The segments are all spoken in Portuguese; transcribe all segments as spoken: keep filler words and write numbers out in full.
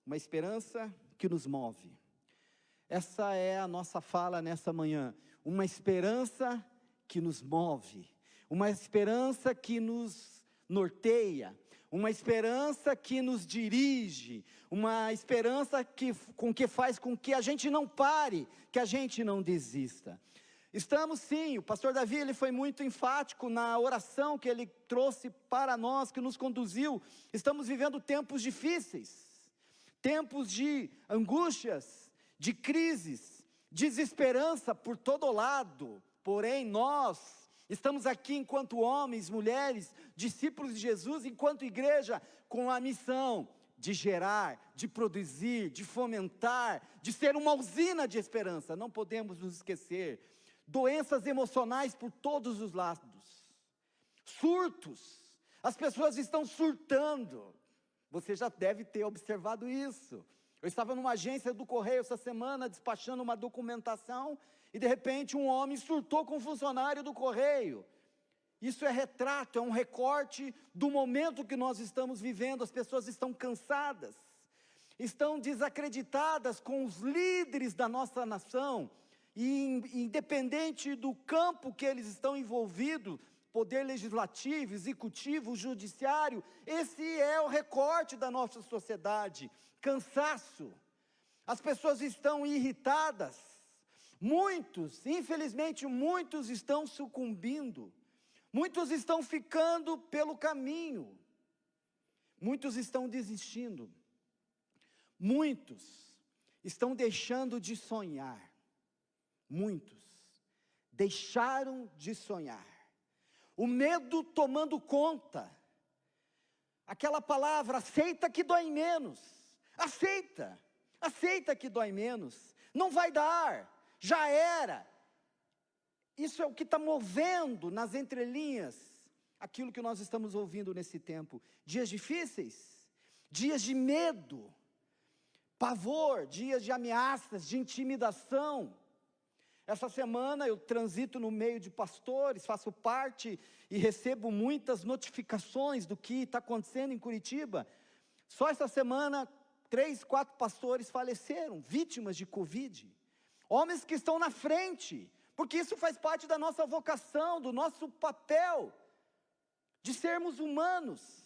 Uma esperança que nos move. Essa é a nossa fala nessa manhã. Uma esperança que nos move. Uma esperança que nos norteia. Uma esperança que nos dirige. Uma esperança que, com que faz com que a gente não pare, que a gente não desista. Estamos sim, o pastor Davi ele foi muito enfático na oração que ele trouxe para nós, que nos conduziu. Estamos vivendo tempos difíceis, tempos de angústias, de crises, desesperança por todo lado. Porém nós estamos aqui enquanto homens, mulheres, discípulos de Jesus, enquanto igreja, com a missão de gerar, de produzir, de fomentar, de ser uma usina de esperança. Não podemos nos esquecer. Doenças emocionais por todos os lados, surtos, as pessoas estão surtando, você já deve ter observado isso. Eu estava numa agência do Correio essa semana, despachando uma documentação, e de repente um homem surtou com um funcionário do Correio. Isso é retrato, é um recorte do momento que nós estamos vivendo. As pessoas estão cansadas, estão desacreditadas com os líderes da nossa nação, e independente do campo que eles estão envolvidos, poder legislativo, executivo, judiciário, esse é o recorte da nossa sociedade. Cansaço, as pessoas estão irritadas, muitos, infelizmente muitos estão sucumbindo, muitos estão ficando pelo caminho, muitos estão desistindo, muitos estão deixando de sonhar. Muitos deixaram de sonhar, o medo tomando conta, aquela palavra, aceita que dói menos, aceita, aceita que dói menos, não vai dar, já era. Isso é o que está movendo nas entrelinhas, aquilo que nós estamos ouvindo nesse tempo, dias difíceis, dias de medo, pavor, dias de ameaças, de intimidação. Essa semana eu transito no meio de pastores, faço parte e recebo muitas notificações do que está acontecendo em Curitiba. Só essa semana, três, quatro pastores faleceram, vítimas de Covid. Homens que estão na frente, porque isso faz parte da nossa vocação, do nosso papel, de sermos humanos.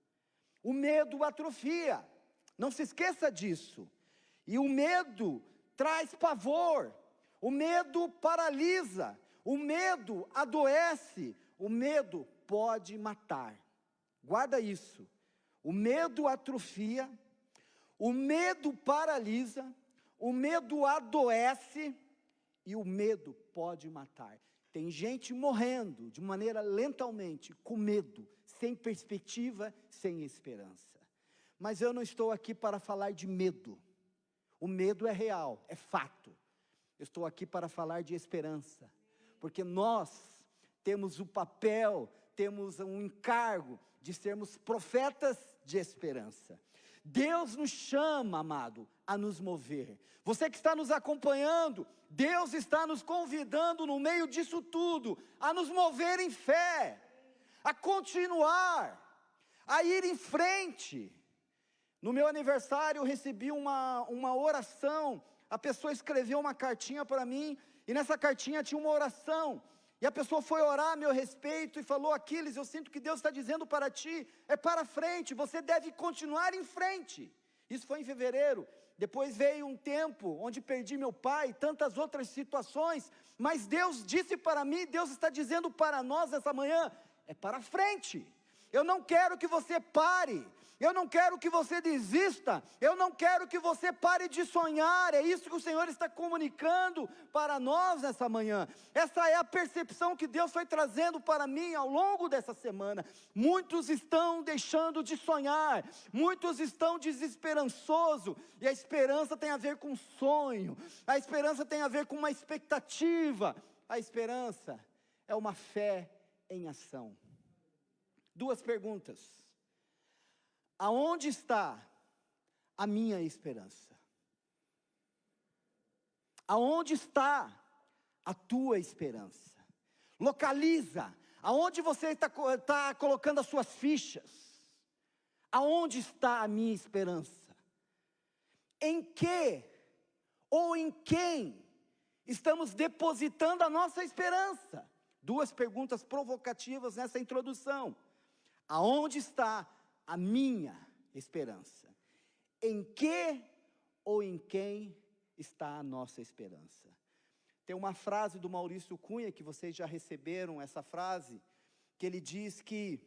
O medo atrofia, não se esqueça disso. E o medo traz pavor. O medo paralisa, o medo adoece, o medo pode matar. Guarda isso. O medo atrofia, o medo paralisa, o medo adoece e o medo pode matar. Tem gente morrendo de maneira lentamente, com medo, sem perspectiva, sem esperança. Mas eu não estou aqui para falar de medo. O medo é real, é fato. Eu estou aqui para falar de esperança, porque nós temos o papel, temos um encargo de sermos profetas de esperança. Deus nos chama, amado, a nos mover. Você que está nos acompanhando, Deus está nos convidando no meio disso tudo, a nos mover em fé, a continuar, a ir em frente. No meu aniversário eu recebi uma, uma oração. A pessoa escreveu uma cartinha para mim, e nessa cartinha tinha uma oração, e a pessoa foi orar a meu respeito, e falou: Aquiles, eu sinto que Deus está dizendo para ti, é para frente, você deve continuar em frente. Isso foi em fevereiro, depois veio um tempo, onde perdi meu pai, tantas outras situações, mas Deus disse para mim, Deus está dizendo para nós essa manhã, é para frente. Eu não quero que você pare, eu não quero que você desista, eu não quero que você pare de sonhar. É isso que o Senhor está comunicando para nós nessa manhã. Essa é a percepção que Deus foi trazendo para mim ao longo dessa semana. Muitos estão deixando de sonhar, muitos estão desesperançosos, e a esperança tem a ver com sonho, a esperança tem a ver com uma expectativa, a esperança é uma fé em ação. Duas perguntas: aonde está a minha esperança? Aonde está a tua esperança? Localiza, aonde você está, está colocando as suas fichas? Aonde está a minha esperança? em que ou em quem estamos depositando a nossa esperança? Duas perguntas provocativas nessa introdução. Aonde está a minha esperança? Em que ou em quem está a nossa esperança? Tem uma frase do Maurício Cunha, que vocês já receberam essa frase, que ele diz que,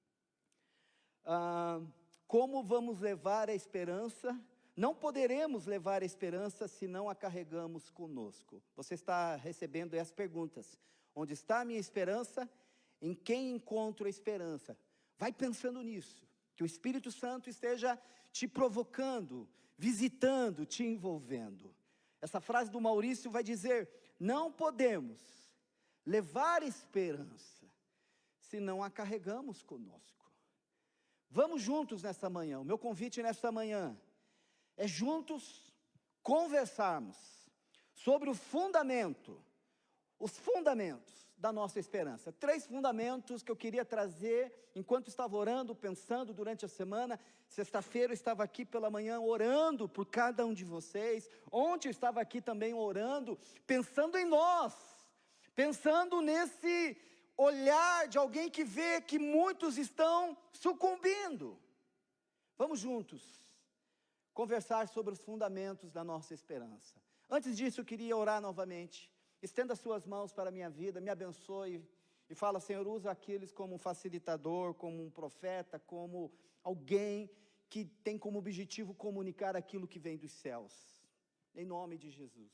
ah, como vamos levar a esperança? Não poderemos levar a esperança se não a carregamos conosco. Você está recebendo essas perguntas. Onde está a minha esperança? Em quem encontro a esperança? Vai pensando nisso, que o Espírito Santo esteja te provocando, visitando, te envolvendo. Essa frase do Maurício vai dizer: não podemos levar esperança se não a carregamos conosco. Vamos juntos nessa manhã. O meu convite nessa manhã é juntos conversarmos sobre o fundamento, os fundamentos da nossa esperança. Três fundamentos que eu queria trazer enquanto estava orando, pensando durante a semana. Sexta-feira eu estava aqui pela manhã orando por cada um de vocês. Ontem eu estava aqui também orando, pensando em nós, pensando nesse olhar de alguém que vê que muitos estão sucumbindo. Vamos juntos conversar sobre os fundamentos da nossa esperança. Antes disso, eu queria orar novamente. Estenda suas mãos para a minha vida, me abençoe e fala: Senhor, usa aqueles como um facilitador, como um profeta, como alguém que tem como objetivo comunicar aquilo que vem dos céus, em nome de Jesus.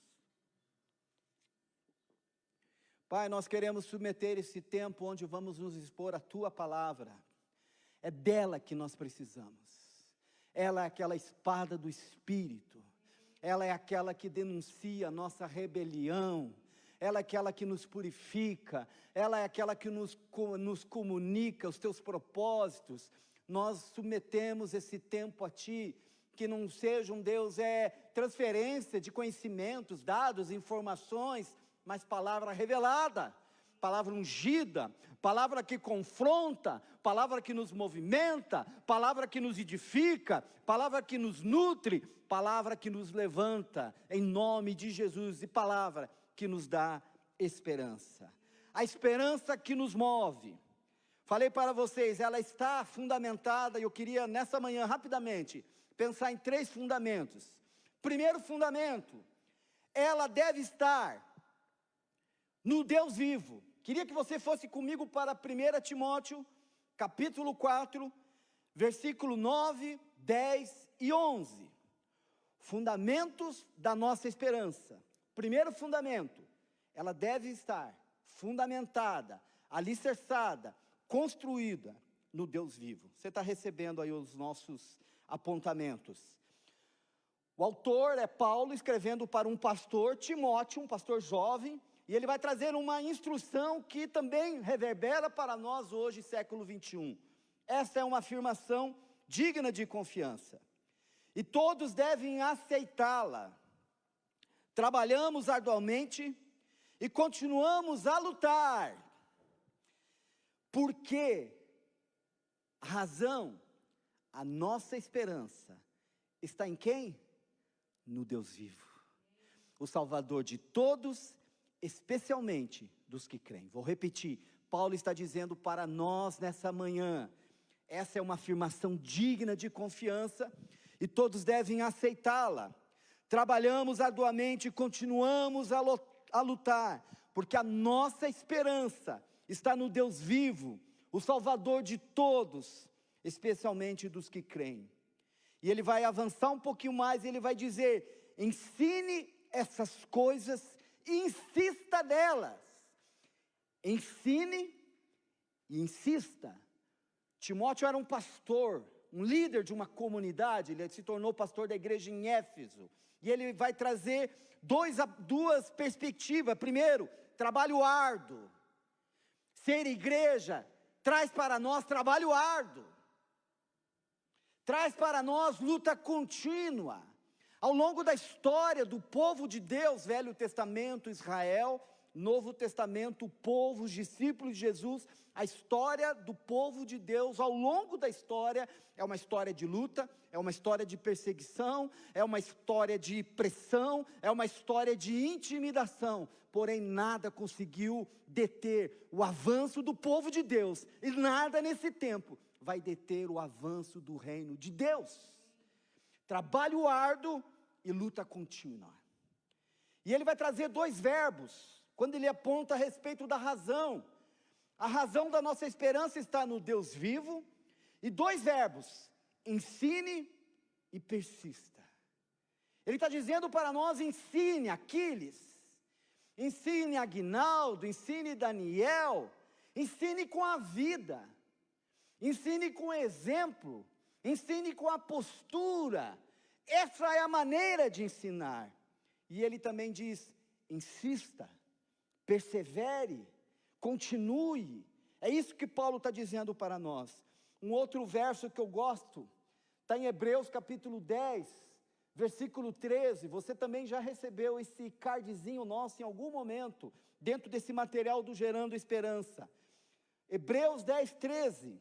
Pai, nós queremos submeter esse tempo onde vamos nos expor à Tua Palavra. É dela que nós precisamos. Ela é aquela espada do Espírito, ela é aquela que denuncia a nossa rebelião, ela é aquela que nos purifica, ela é aquela que nos, nos comunica os Teus propósitos. Nós submetemos esse tempo a Ti, que não seja um Deus, é transferência de conhecimentos, dados, informações, mas palavra revelada, palavra ungida, palavra que confronta, palavra que nos movimenta, palavra que nos edifica, palavra que nos nutre, palavra que nos levanta, em nome de Jesus, e palavra que nos dá esperança. A esperança que nos move. Falei para vocês, ela está fundamentada, e eu queria nessa manhã, rapidamente, pensar em três fundamentos. Primeiro fundamento, ela deve estar no Deus vivo. Queria que você fosse comigo para primeiro Timóteo, capítulo quatro, versículo nove, dez e onze. Fundamentos da nossa esperança. Primeiro fundamento, ela deve estar fundamentada, alicerçada, construída no Deus vivo. Você está recebendo aí os nossos apontamentos. O autor é Paulo, escrevendo para um pastor, Timóteo, um pastor jovem, e ele vai trazer uma instrução que também reverbera para nós hoje, século vinte e um. Essa é uma afirmação digna de confiança, e todos devem aceitá-la. Trabalhamos arduamente e continuamos a lutar, porque a razão, a nossa esperança, está em quem? No Deus vivo, o Salvador de todos, especialmente dos que creem. Vou repetir, Paulo está dizendo para nós nessa manhã, essa é uma afirmação digna de confiança, e todos devem aceitá-la. Trabalhamos arduamente e continuamos a lutar, porque a nossa esperança está no Deus vivo, o Salvador de todos, especialmente dos que creem. E ele vai avançar um pouquinho mais, e ele vai dizer: ensine essas coisas e insista nelas. Ensine e insista. Timóteo era um pastor, um líder de uma comunidade, ele se tornou pastor da igreja em Éfeso, e ele vai trazer dois, duas perspectivas. Primeiro, trabalho árduo. Ser igreja traz para nós trabalho árduo, traz para nós luta contínua. Ao longo da história do povo de Deus, Velho Testamento, Israel, Novo Testamento, o povo, os discípulos de Jesus, a história do povo de Deus ao longo da história é uma história de luta, é uma história de perseguição, é uma história de pressão, é uma história de intimidação, porém nada conseguiu deter o avanço do povo de Deus, e nada nesse tempo vai deter o avanço do reino de Deus. Trabalho árduo e luta contínua. E ele vai trazer dois verbos, quando ele aponta a respeito da razão. A razão da nossa esperança está no Deus vivo, e dois verbos, ensine e persista. Ele está dizendo para nós, ensine Aquiles, ensine Aguinaldo, ensine Daniel, ensine com a vida, ensine com exemplo, ensine com a postura. Essa é a maneira de ensinar. E ele também diz, insista, persevere, continue. É isso que Paulo está dizendo para nós. Um outro verso que eu gosto, está em Hebreus capítulo dez, versículo treze, você também já recebeu esse cardzinho nosso em algum momento, dentro desse material do Gerando Esperança. Hebreus dez, treze,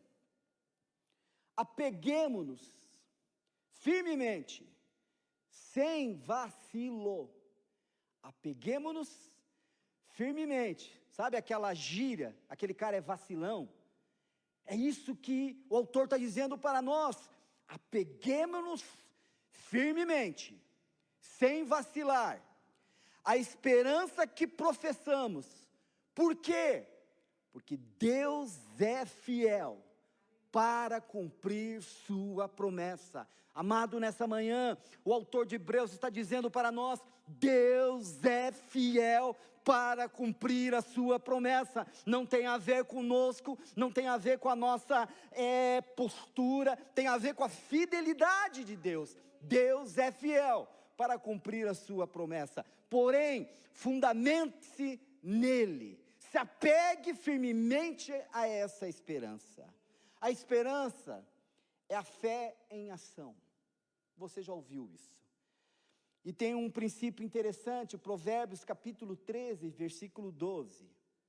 apeguemo-nos firmemente, sem vacilo, apeguemo-nos firmemente, sabe aquela gíria, aquele cara é vacilão, é isso que o autor está dizendo para nós, apeguemo-nos firmemente, sem vacilar, a esperança que professamos. Por quê? Porque Deus é fiel para cumprir sua promessa. Amado, nessa manhã, o autor de Hebreus está dizendo para nós, Deus é fiel para cumprir a sua promessa. Não tem a ver conosco, não tem a ver com a nossa é, postura, tem a ver com a fidelidade de Deus. Deus é fiel para cumprir a sua promessa, porém, fundamente-se nele, se apegue firmemente a essa esperança. A esperança é a fé em ação, você já ouviu isso? E tem um princípio interessante, Provérbios capítulo treze, versículo doze.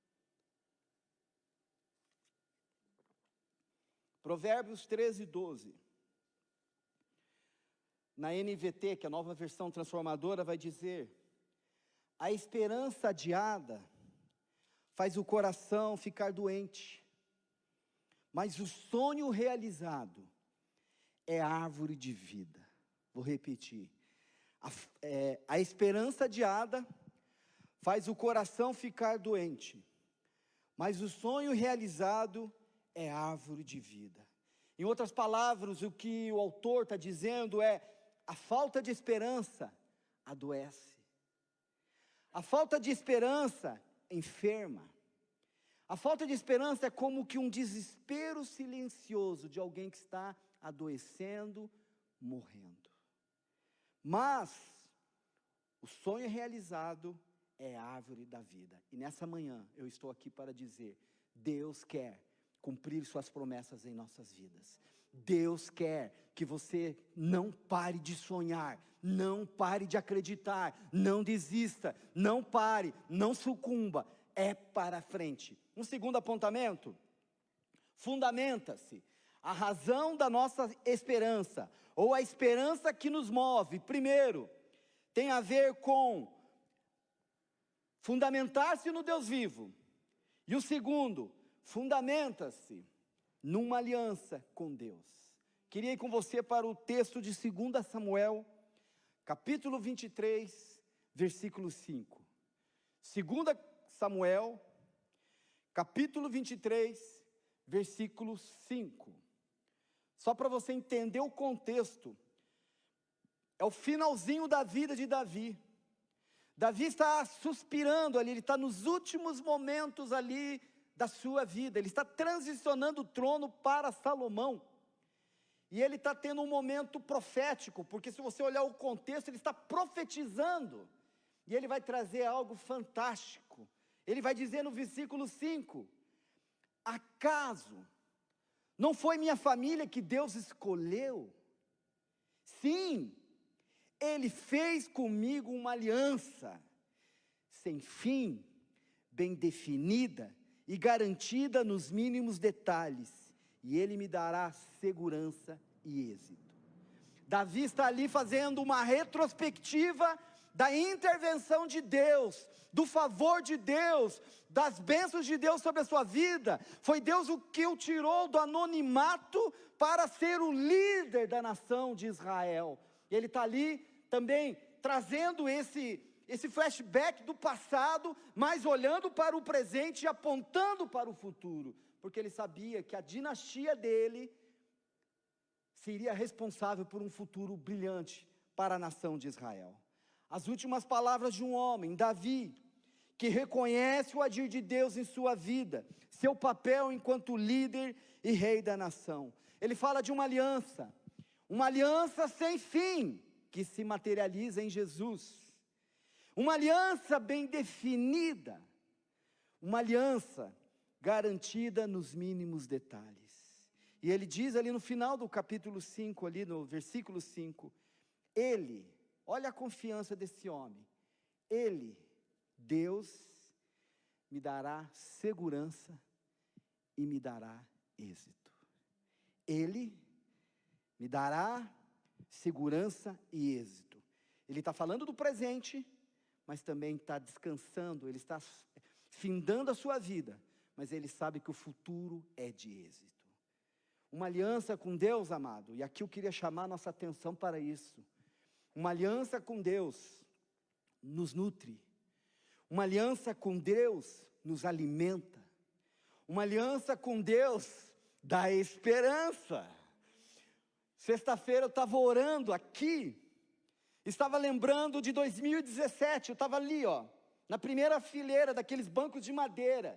Provérbios treze, doze. Na N V T, que é a nova versão transformadora, vai dizer: a esperança adiada faz o coração ficar doente, mas o sonho realizado é árvore de vida. Vou repetir. A, é, a esperança adiada faz o coração ficar doente, mas o sonho realizado é árvore de vida. Em outras palavras, o que o autor está dizendo é, a falta de esperança adoece. A falta de esperança enferma. A falta de esperança é como que um desespero silencioso de alguém que está adoecendo, morrendo. Mas o sonho realizado é a árvore da vida. E nessa manhã eu estou aqui para dizer, Deus quer cumprir suas promessas em nossas vidas. Deus quer que você não pare de sonhar, não pare de acreditar, não desista, não pare, não sucumba, é para frente. Um segundo apontamento, fundamenta-se a razão da nossa esperança, ou a esperança que nos move, primeiro, tem a ver com fundamentar-se no Deus vivo, e o segundo, fundamenta-se numa aliança com Deus. Queria ir com você para o texto de dois Samuel, capítulo vinte e três, versículo cinco. dois Samuel, capítulo vinte e três, versículo cinco. Só para você entender o contexto, é o finalzinho da vida de Davi. Davi está suspirando ali, ele está nos últimos momentos ali da sua vida, ele está transicionando o trono para Salomão, e ele está tendo um momento profético, porque se você olhar o contexto, ele está profetizando, e ele vai trazer algo fantástico. Ele vai dizer no versículo cinco, acaso não foi minha família que Deus escolheu? Sim, Ele fez comigo uma aliança sem fim, bem definida e garantida nos mínimos detalhes, e Ele me dará segurança e êxito. Davi está ali fazendo uma retrospectiva da intervenção de Deus, do favor de Deus, das bênçãos de Deus sobre a sua vida. Foi Deus o que o tirou do anonimato para ser o líder da nação de Israel. E ele está ali também trazendo esse, esse flashback do passado, mas olhando para o presente e apontando para o futuro, porque ele sabia que a dinastia dele seria responsável por um futuro brilhante para a nação de Israel. As últimas palavras de um homem, Davi, que reconhece o agir de Deus em sua vida, seu papel enquanto líder e rei da nação. Ele fala de uma aliança, uma aliança sem fim, que se materializa em Jesus. Uma aliança bem definida, uma aliança garantida nos mínimos detalhes. E ele diz ali no final do capítulo cinco, ali no versículo cinco, ele, olha a confiança desse homem, ele, Deus, me dará segurança e me dará êxito. Ele me dará segurança e êxito. Ele está falando do presente, mas também está descansando, ele está findando a sua vida, mas ele sabe que o futuro é de êxito. Uma aliança com Deus, amado, e aqui eu queria chamar nossa atenção para isso. Uma aliança com Deus nos nutre. Uma aliança com Deus nos alimenta. Uma aliança com Deus dá esperança. Sexta-feira eu estava orando aqui, estava lembrando de dois mil e dezessete, eu estava ali, ó, na primeira fileira daqueles bancos de madeira.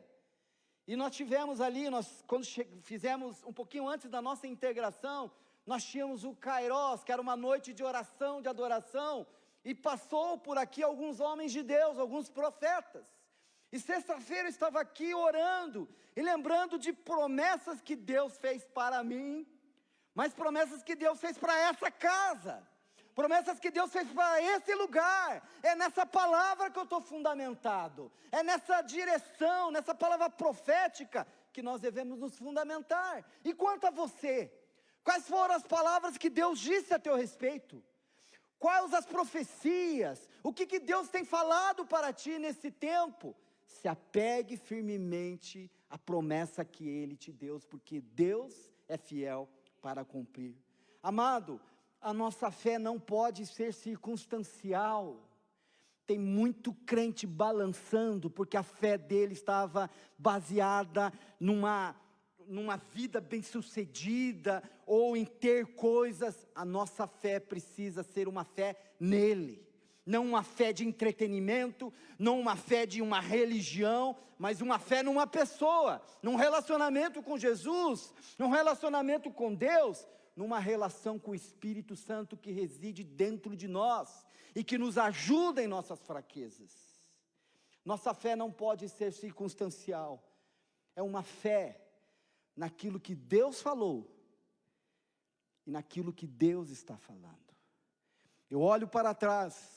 E nós tivemos ali, nós, quando fizemos um pouquinho antes da nossa integração, nós tínhamos o Kairos, que era uma noite de oração, de adoração, e passou por aqui alguns homens de Deus, alguns profetas. E sexta-feira eu estava aqui orando, e lembrando de promessas que Deus fez para mim, mas promessas que Deus fez para essa casa, promessas que Deus fez para esse lugar. É nessa palavra que eu estou fundamentado, é nessa direção, nessa palavra profética que nós devemos nos fundamentar. E quanto a você, quais foram as palavras que Deus disse a teu respeito? Quais as profecias? O que, que Deus tem falado para ti nesse tempo? Se apegue firmemente à promessa que Ele te deu, porque Deus é fiel para cumprir. Amado, a nossa fé não pode ser circunstancial. Tem muito crente balançando, porque a fé dele estava baseada numa, numa vida bem-sucedida, ou em ter coisas. A nossa fé precisa ser uma fé nele, não uma fé de entretenimento, não uma fé de uma religião, mas uma fé numa pessoa, num relacionamento com Jesus, num relacionamento com Deus, numa relação com o Espírito Santo que reside dentro de nós e que nos ajuda em nossas fraquezas. Nossa fé não pode ser circunstancial, é uma fé naquilo que Deus falou e naquilo que Deus está falando. Eu olho para trás,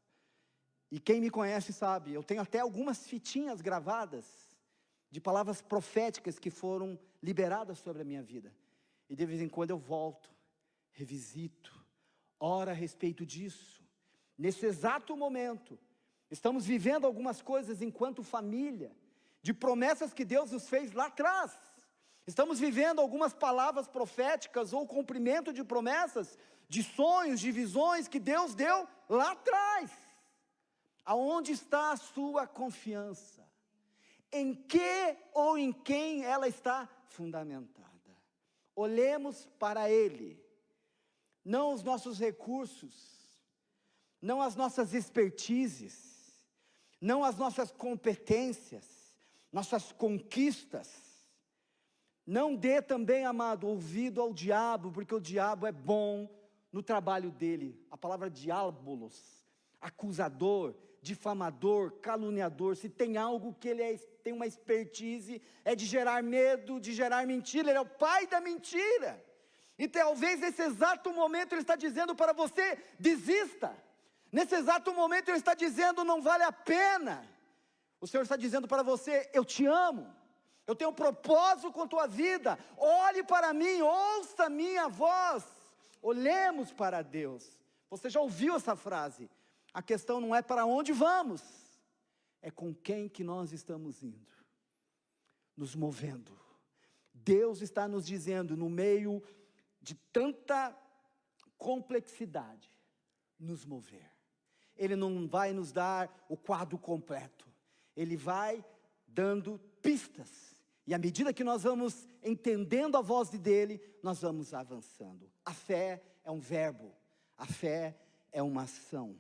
e quem me conhece sabe, eu tenho até algumas fitinhas gravadas de palavras proféticas que foram liberadas sobre a minha vida. E de vez em quando eu volto, revisito, oro a respeito disso. Nesse exato momento, estamos vivendo algumas coisas enquanto família, de promessas que Deus nos fez lá atrás. Estamos vivendo algumas palavras proféticas ou cumprimento de promessas, de sonhos, de visões que Deus deu lá atrás. Aonde está a sua confiança? Em que ou em quem ela está fundamentada? Olhemos para Ele, não os nossos recursos, não as nossas expertises, não as nossas competências, nossas conquistas. Não dê também, amado, ouvido ao diabo, porque o diabo é bom no trabalho dele. A palavra diabolos, acusador, difamador, caluniador, se tem algo que ele é, tem uma expertise, é de gerar medo, de gerar mentira. Ele é o pai da mentira, e talvez nesse exato momento ele está dizendo para você, desista. Nesse exato momento ele está dizendo, não vale a pena. O Senhor está dizendo para você: eu te amo, eu tenho um propósito com a tua vida, olhe para mim, ouça a minha voz, olhemos para Deus. Você já ouviu essa frase? A questão não é para onde vamos, é com quem que nós estamos indo, nos movendo. Deus está nos dizendo, no meio de tanta complexidade, nos mover. Ele não vai nos dar o quadro completo, Ele vai dando pistas, e à medida que nós vamos entendendo a voz dEle, nós vamos avançando. A fé é um verbo, a fé é uma ação,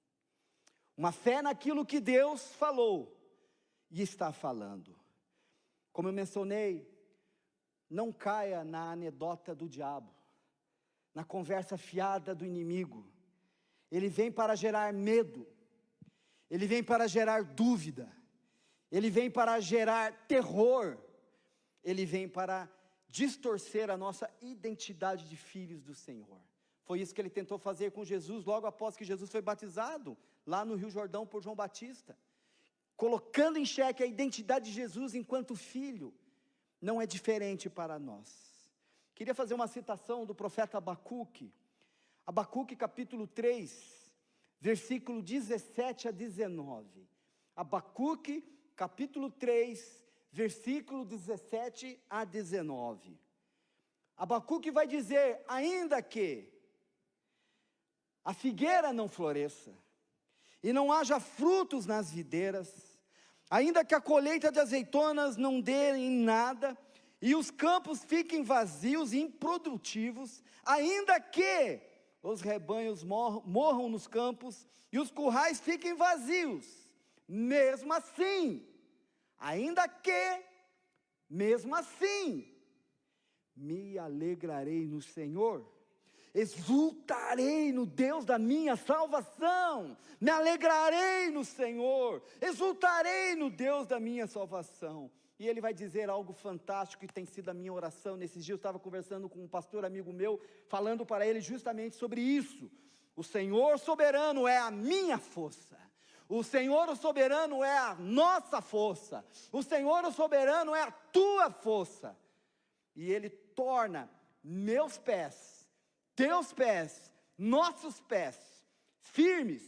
uma fé naquilo que Deus falou, e está falando. Como eu mencionei, não caia na anedota do diabo, na conversa fiada do inimigo. Ele vem para gerar medo, ele vem para gerar dúvida, ele vem para gerar terror, ele vem para distorcer a nossa identidade de filhos do Senhor. Foi isso que ele tentou fazer com Jesus, logo após que Jesus foi batizado, lá no Rio Jordão por João Batista, colocando em xeque a identidade de Jesus enquanto filho. Não é diferente para nós. Queria fazer uma citação do profeta Abacuque, Abacuque capítulo três, versículo dezessete a dezenove, Abacuque capítulo três, versículo dezessete a dezenove, Abacuque vai dizer: ainda que a figueira não floresça, e não haja frutos nas videiras, ainda que a colheita de azeitonas não dê em nada, e os campos fiquem vazios e improdutivos, ainda que os rebanhos mor- morram nos campos, e os currais fiquem vazios, mesmo assim, ainda que, mesmo assim, me alegrarei no Senhor, exultarei no Deus da minha salvação, me alegrarei no Senhor, exultarei no Deus da minha salvação. E ele vai dizer algo fantástico que tem sido a minha oração. Nesses dias eu estava conversando com um pastor amigo meu, falando para ele justamente sobre isso. O Senhor soberano é a minha força, o Senhor o soberano é a nossa força, o Senhor o soberano é a tua força, e Ele torna meus pés, teus pés, nossos pés, firmes,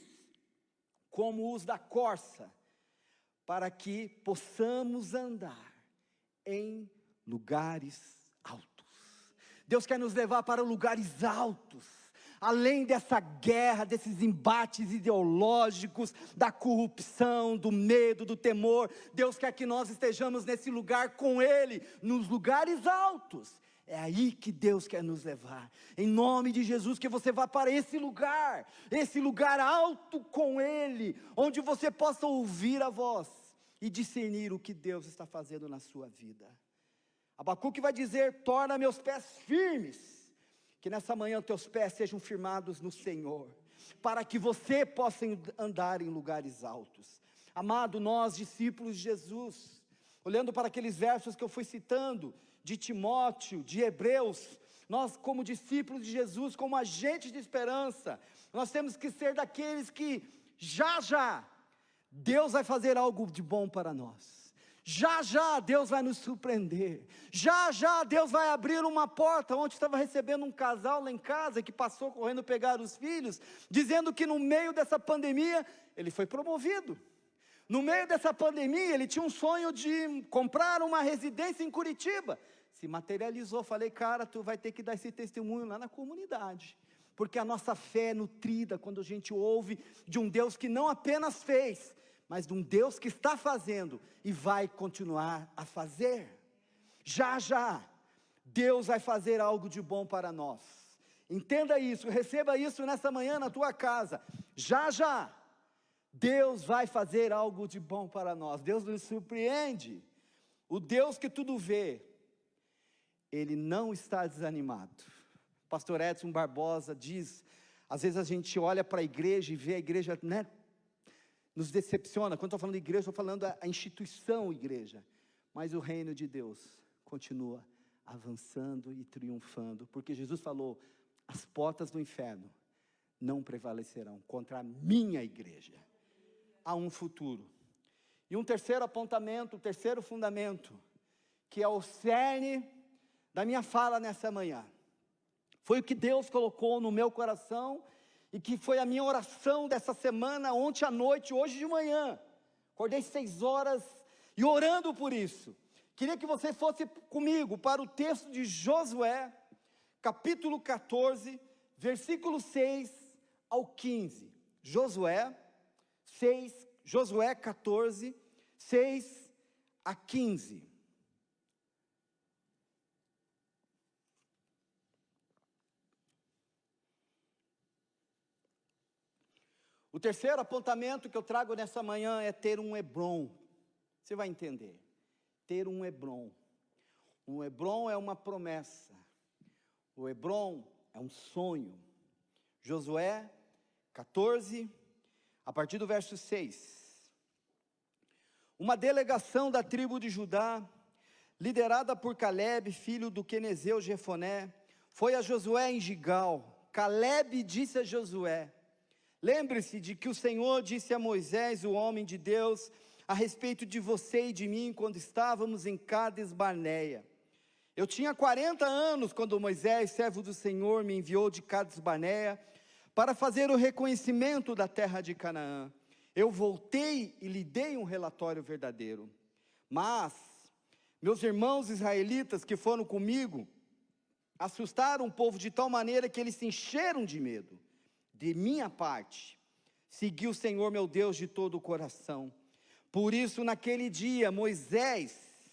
como os da corça, para que possamos andar em lugares altos. Deus quer nos levar para lugares altos, além dessa guerra, desses embates ideológicos, da corrupção, do medo, do temor. Deus quer que nós estejamos nesse lugar com Ele, nos lugares altos. É aí que Deus quer nos levar, em nome de Jesus, que você vá para esse lugar, esse lugar alto com Ele, onde você possa ouvir a voz, e discernir o que Deus está fazendo na sua vida. Abacuque vai dizer: torna meus pés firmes, que nessa manhã teus pés sejam firmados no Senhor, para que você possa andar em lugares altos. Amado, nós discípulos de Jesus, olhando para aqueles versos que eu fui citando, de Timóteo, de Hebreus, nós como discípulos de Jesus, como agentes de esperança, nós temos que ser daqueles que já já, Deus vai fazer algo de bom para nós, já já Deus vai nos surpreender, já já Deus vai abrir uma porta. Ontem estava recebendo um casal lá em casa, que passou correndo pegar os filhos, dizendo que no meio dessa pandemia, ele foi promovido, no meio dessa pandemia, ele tinha um sonho de comprar uma residência em Curitiba, se materializou. Falei: cara, tu vai ter que dar esse testemunho lá na comunidade, porque a nossa fé é nutrida quando a gente ouve de um Deus que não apenas fez, mas de um Deus que está fazendo e vai continuar a fazer. Já já, Deus vai fazer algo de bom para nós. Entenda isso, receba isso nessa manhã na tua casa. Já já, Deus vai fazer algo de bom para nós. Deus nos surpreende. O Deus que tudo vê, Ele não está desanimado. Pastor Edson Barbosa diz, às vezes a gente olha para a igreja e vê a igreja, né, nos decepciona. Quando estou falando de igreja, estou falando a instituição igreja, mas o reino de Deus continua avançando e triunfando, porque Jesus falou: as portas do inferno não prevalecerão contra a minha igreja. Há um futuro, E um terceiro apontamento, o terceiro fundamento, que é o cerne da minha fala nessa manhã, foi o que Deus colocou no meu coração, e que foi a minha oração dessa semana, ontem à noite, hoje de manhã. Acordei seis horas e orando por isso. Queria que você fosse comigo para o texto de Josué, capítulo quatorze, versículo seis ao quinze. Josué seis, Josué quatorze, seis a quinze. O terceiro apontamento que eu trago nessa manhã é ter um Hebrom. Você vai entender. Ter um Hebrom. Um Hebrom é uma promessa. O Hebrom é um sonho. Josué quatorze, a partir do verso seis. Uma delegação da tribo de Judá, liderada por Caleb, filho do quenezeu Jefoné, foi a Josué em Gigal. Caleb disse a Josué: lembre-se de que o Senhor disse a Moisés, o homem de Deus, a respeito de você e de mim, quando estávamos em Cades Barneia. Eu tinha quarenta anos quando Moisés, servo do Senhor, me enviou de Cades Barneia para fazer o reconhecimento da terra de Canaã. Eu voltei e lhe dei um relatório verdadeiro. Mas meus irmãos israelitas que foram comigo assustaram o povo de tal maneira que eles se encheram de medo. De minha parte, segui o Senhor meu Deus de todo o coração. Por isso, naquele dia, Moisés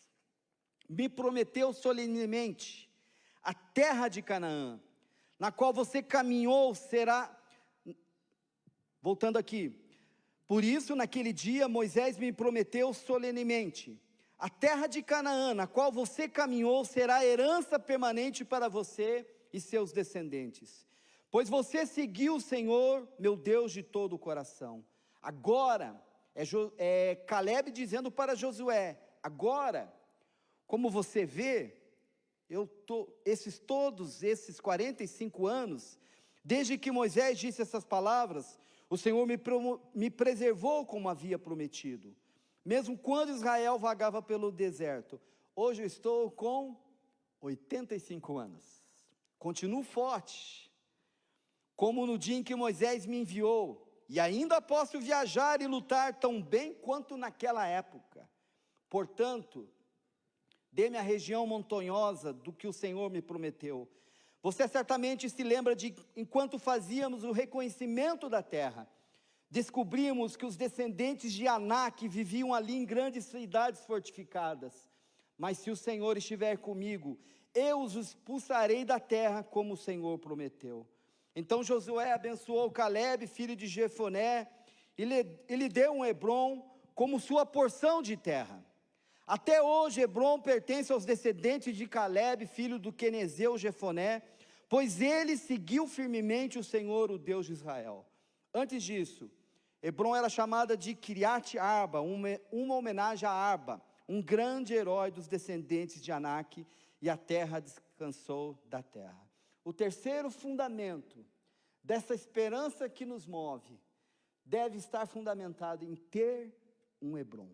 me prometeu solenemente: a terra de Canaã, na qual você caminhou, será... Voltando aqui. Por isso, naquele dia, Moisés me prometeu solenemente: a terra de Canaã, na qual você caminhou, será herança permanente para você e seus descendentes. Pois você seguiu o Senhor, meu Deus, de todo o coração. Agora, é, jo, é Caleb dizendo para Josué: agora, como você vê, eu tô, esses todos esses quarenta e cinco anos, desde que Moisés disse essas palavras, o Senhor me, promo, me preservou como havia prometido, mesmo quando Israel vagava pelo deserto. Hoje eu estou com oitenta e cinco anos, continuo forte, como no dia em que Moisés me enviou, e ainda posso viajar e lutar tão bem quanto naquela época. Portanto, dê-me a região montanhosa do que o Senhor me prometeu. Você certamente se lembra de, enquanto fazíamos o reconhecimento da terra, descobrimos que os descendentes de Anak viviam ali em grandes cidades fortificadas. Mas se o Senhor estiver comigo, eu os expulsarei da terra, como o Senhor prometeu. Então Josué abençoou Caleb, filho de Jefoné, e lhe, e lhe deu um Hebrom como sua porção de terra. Até hoje Hebrom pertence aos descendentes de Caleb, filho do quenezeu Jefoné, pois ele seguiu firmemente o Senhor, o Deus de Israel. Antes disso, Hebrom era chamada de Kiriat Arba, uma, uma homenagem a Arba, um grande herói dos descendentes de Anak, e a terra descansou da terra. O terceiro fundamento dessa esperança que nos move deve estar fundamentado em ter um Hebrom.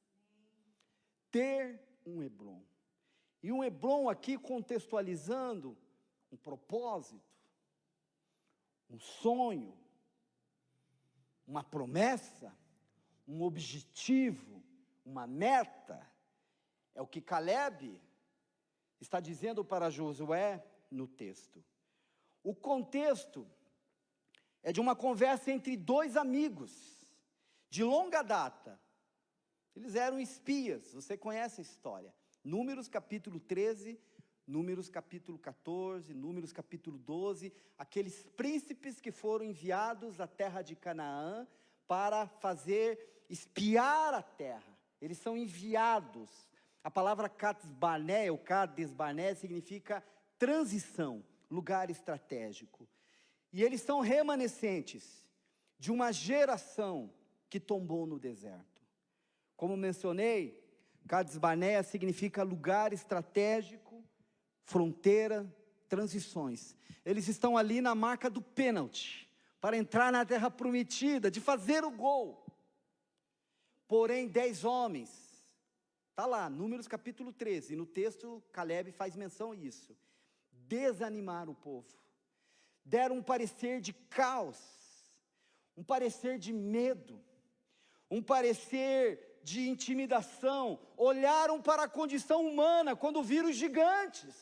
Ter um Hebrom. E um Hebrom aqui contextualizando um propósito, um sonho, uma promessa, um objetivo, uma meta. É o que Caleb está dizendo para Josué no texto. O contexto é de uma conversa entre dois amigos, de longa data. Eles eram espias, você conhece a história. Números capítulo treze, Números capítulo quatorze, Números capítulo doze, aqueles príncipes que foram enviados à terra de Canaã para fazer, espiar a terra. Eles são enviados. A palavra Cades Barneia, ou Cades Barneia, significa transição, lugar estratégico. E eles são remanescentes de uma geração que tombou no deserto. Como mencionei, Cades Barneia significa lugar estratégico, fronteira, transições. Eles estão ali na marca do pênalti, para entrar na terra prometida, de fazer o gol. porém dez homens, está lá, Números capítulo treze, e no texto Caleb faz menção a isso, desanimaram o povo, deram um parecer de caos, um parecer de medo, um parecer de intimidação, olharam para a condição humana quando viram os gigantes.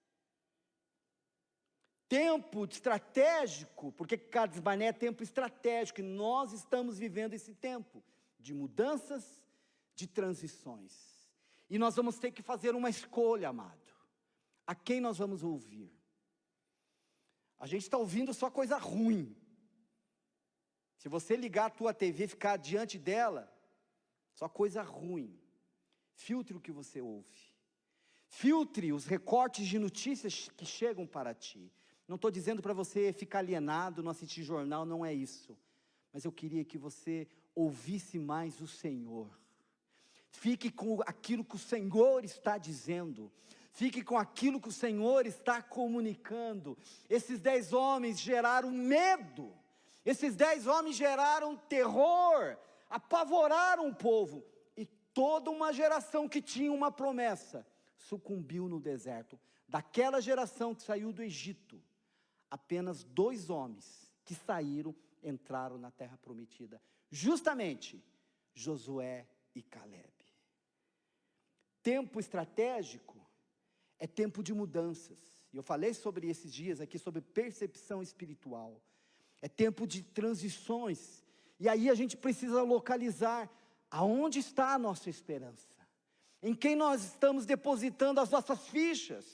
Tempo estratégico, porque Cades Barnea é tempo estratégico, e nós estamos vivendo esse tempo de mudanças, de transições, e nós vamos ter que fazer uma escolha, amado, a quem nós vamos ouvir? A gente está ouvindo só coisa ruim. Se você ligar a tua T V e ficar diante dela, só coisa ruim. Filtre o que você ouve, filtre os recortes de notícias que chegam para ti. Não estou dizendo para você ficar alienado, não assistir jornal, não é isso. Mas eu queria que você ouvisse mais o Senhor. Fique com aquilo que o Senhor está dizendo. Fique com aquilo que o Senhor está comunicando. Esses dez homens geraram medo. Esses dez homens geraram terror. Apavoraram o povo. E toda uma geração que tinha uma promessa sucumbiu no deserto. Daquela geração que saiu do Egito, apenas dois homens que saíram, entraram na terra prometida, justamente Josué e Caleb. Tempo estratégico é tempo de mudanças, e eu falei sobre esses dias aqui, sobre percepção espiritual, é tempo de transições, e aí a gente precisa localizar, aonde está a nossa esperança, em quem nós estamos depositando as nossas fichas.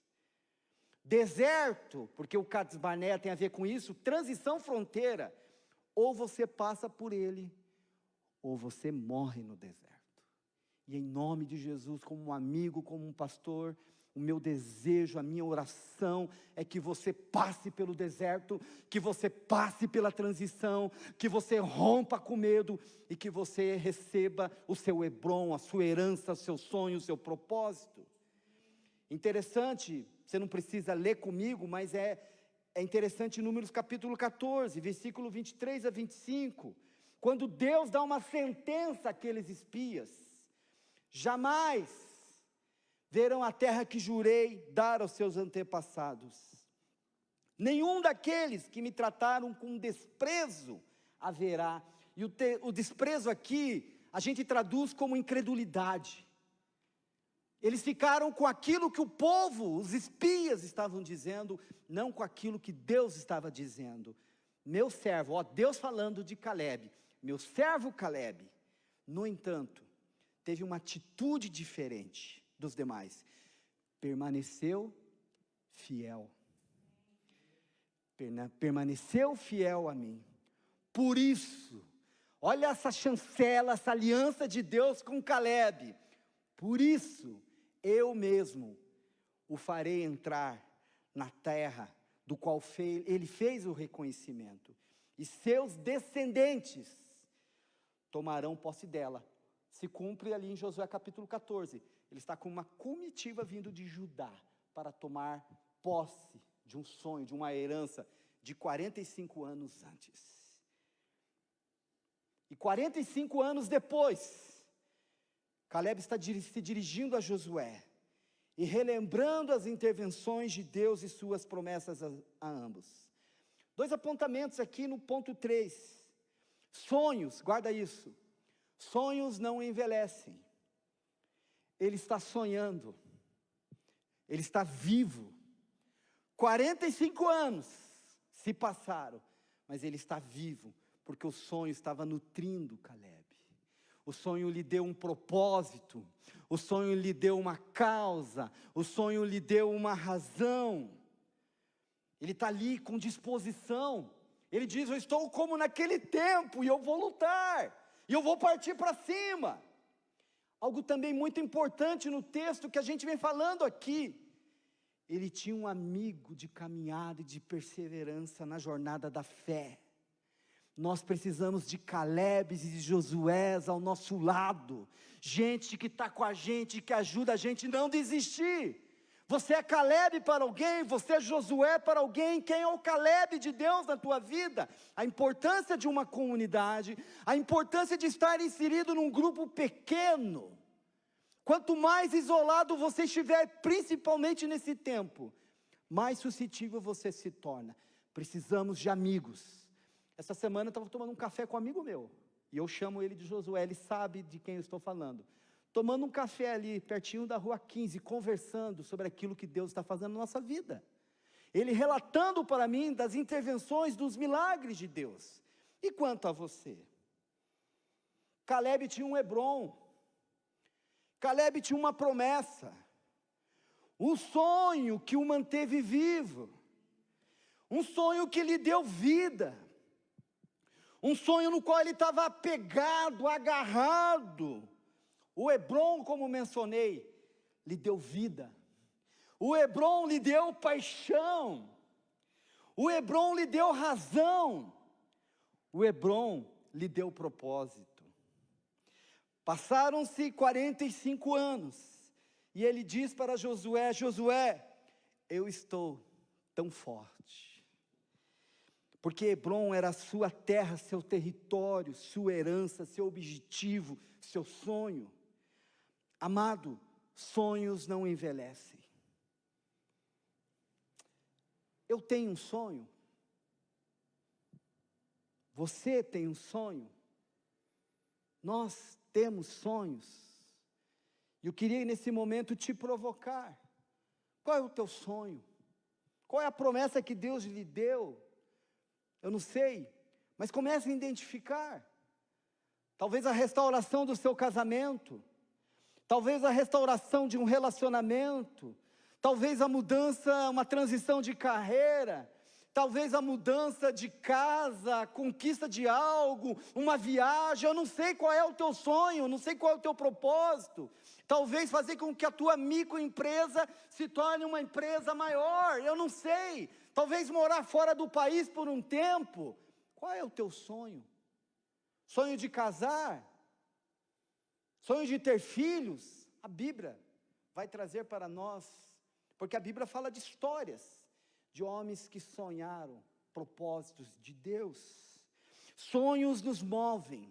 Deserto, porque o Cades Barnea tem a ver com isso, transição, fronteira, ou você passa por ele, ou você morre no deserto. E em nome de Jesus, como um amigo, como um pastor, o meu desejo, a minha oração, é que você passe pelo deserto, que você passe pela transição, que você rompa com medo, e que você receba o seu Hebron, a sua herança, o seu sonho, o seu propósito. Interessante, você não precisa ler comigo, mas é, é interessante em Números capítulo catorze, versículo vinte e três a vinte e cinco, quando Deus dá uma sentença àqueles espias: jamais verão a terra que jurei dar aos seus antepassados, nenhum daqueles que me trataram com desprezo haverá, e o, te, o desprezo aqui, a gente traduz como incredulidade. Eles ficaram com aquilo que o povo, os espias estavam dizendo, não com aquilo que Deus estava dizendo. Meu servo, ó, Deus falando de Caleb, meu servo Caleb, no entanto, teve uma atitude diferente dos demais, permaneceu fiel, permaneceu fiel a mim. Por isso, olha essa chancela, essa aliança de Deus com Caleb, por isso, eu mesmo o farei entrar na terra do qual fei, ele fez o reconhecimento, e seus descendentes tomarão posse dela. Se cumpre ali em Josué capítulo catorze, ele está com uma comitiva vindo de Judá, para tomar posse de um sonho, de uma herança, de quarenta e cinco anos antes. E quarenta e cinco anos depois, Caleb está se dirigindo a Josué, e relembrando as intervenções de Deus e suas promessas a, a ambos. Dois apontamentos aqui no ponto três, sonhos, guarda isso, sonhos não envelhecem, ele está sonhando, ele está vivo, quarenta e cinco anos se passaram, mas ele está vivo, porque o sonho estava nutrindo Caleb. O sonho lhe deu um propósito, o sonho lhe deu uma causa, o sonho lhe deu uma razão. Ele está ali com disposição, ele diz: eu estou como naquele tempo, e eu vou lutar, e eu vou partir para cima. Algo também muito importante no texto que a gente vem falando aqui, ele tinha um amigo de caminhada e de perseverança na jornada da fé. Nós precisamos de Calebes e de Josués ao nosso lado, gente que está com a gente, que ajuda a gente a não desistir, Você é Caleb para alguém, você é Josué para alguém. Quem é o Caleb de Deus na tua vida? A importância de uma comunidade, a importância de estar inserido num grupo pequeno. Quanto mais isolado você estiver, principalmente nesse tempo, mais suscetível você se torna. Precisamos de amigos. Essa semana eu estava tomando um café com um amigo meu, e eu chamo ele de Josué, ele sabe de quem eu estou falando. Tomando um café ali, pertinho da rua quinze, conversando sobre aquilo que Deus está fazendo na nossa vida. Ele relatando para mim das intervenções, dos milagres de Deus. E quanto a você? Caleb tinha um Hebron. Caleb tinha uma promessa. Um sonho que o manteve vivo. Um sonho que lhe deu vida. Um sonho no qual ele estava apegado, agarrado. O Hebron, como mencionei, lhe deu vida. O Hebron lhe deu paixão. O Hebron lhe deu razão. O Hebron lhe deu propósito. Passaram-se quarenta e cinco anos. E ele diz para Josué: Josué, eu estou tão forte. Porque Hebron era a sua terra, seu território, sua herança, seu objetivo, seu sonho. Amado, sonhos não envelhecem. Eu tenho um sonho. Você tem um sonho. Nós temos sonhos. E eu queria nesse momento te provocar. Qual é o teu sonho? Qual é a promessa que Deus lhe deu? Eu não sei, mas comece a identificar. Talvez a restauração do seu casamento. Talvez a restauração de um relacionamento, talvez a mudança, uma transição de carreira, talvez a mudança de casa, a conquista de algo, uma viagem. Eu não sei qual é o teu sonho, não sei qual é o teu propósito. Talvez fazer com que a tua microempresa se torne uma empresa maior, eu não sei. Talvez morar fora do país por um tempo. Qual é o teu sonho? Sonho de casar? Sonho de ter filhos? A Bíblia vai trazer para nós, porque a Bíblia fala de histórias, de homens que sonharam propósitos de Deus. Sonhos nos movem,